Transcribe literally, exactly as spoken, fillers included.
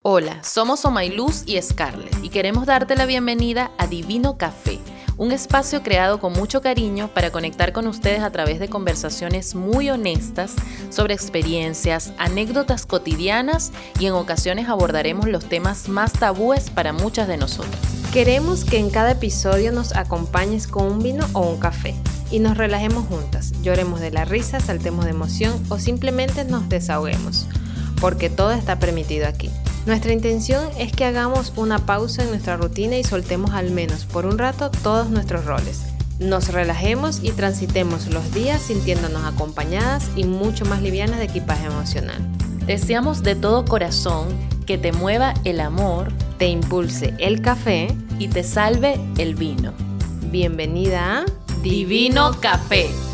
Hola, somos Omayluz y Scarlett y queremos darte la bienvenida a Divino Café, un espacio creado con mucho cariño para conectar con ustedes a través de conversaciones muy honestas sobre experiencias, anécdotas cotidianas y en ocasiones abordaremos los temas más tabúes para muchas de nosotras. Queremos que en cada episodio nos acompañes con un vino o un café y nos relajemos juntas, lloremos de la risa, saltemos de emoción o simplemente nos desahoguemos, porque todo está permitido aquí. Nuestra intención es que hagamos una pausa en nuestra rutina y soltemos al menos por un rato todos nuestros roles. Nos relajemos y transitemos los días sintiéndonos acompañadas y mucho más livianas de equipaje emocional. Deseamos de todo corazón que te mueva el amor, Te impulse el café y te salve el vino. Bienvenida a Divino Café.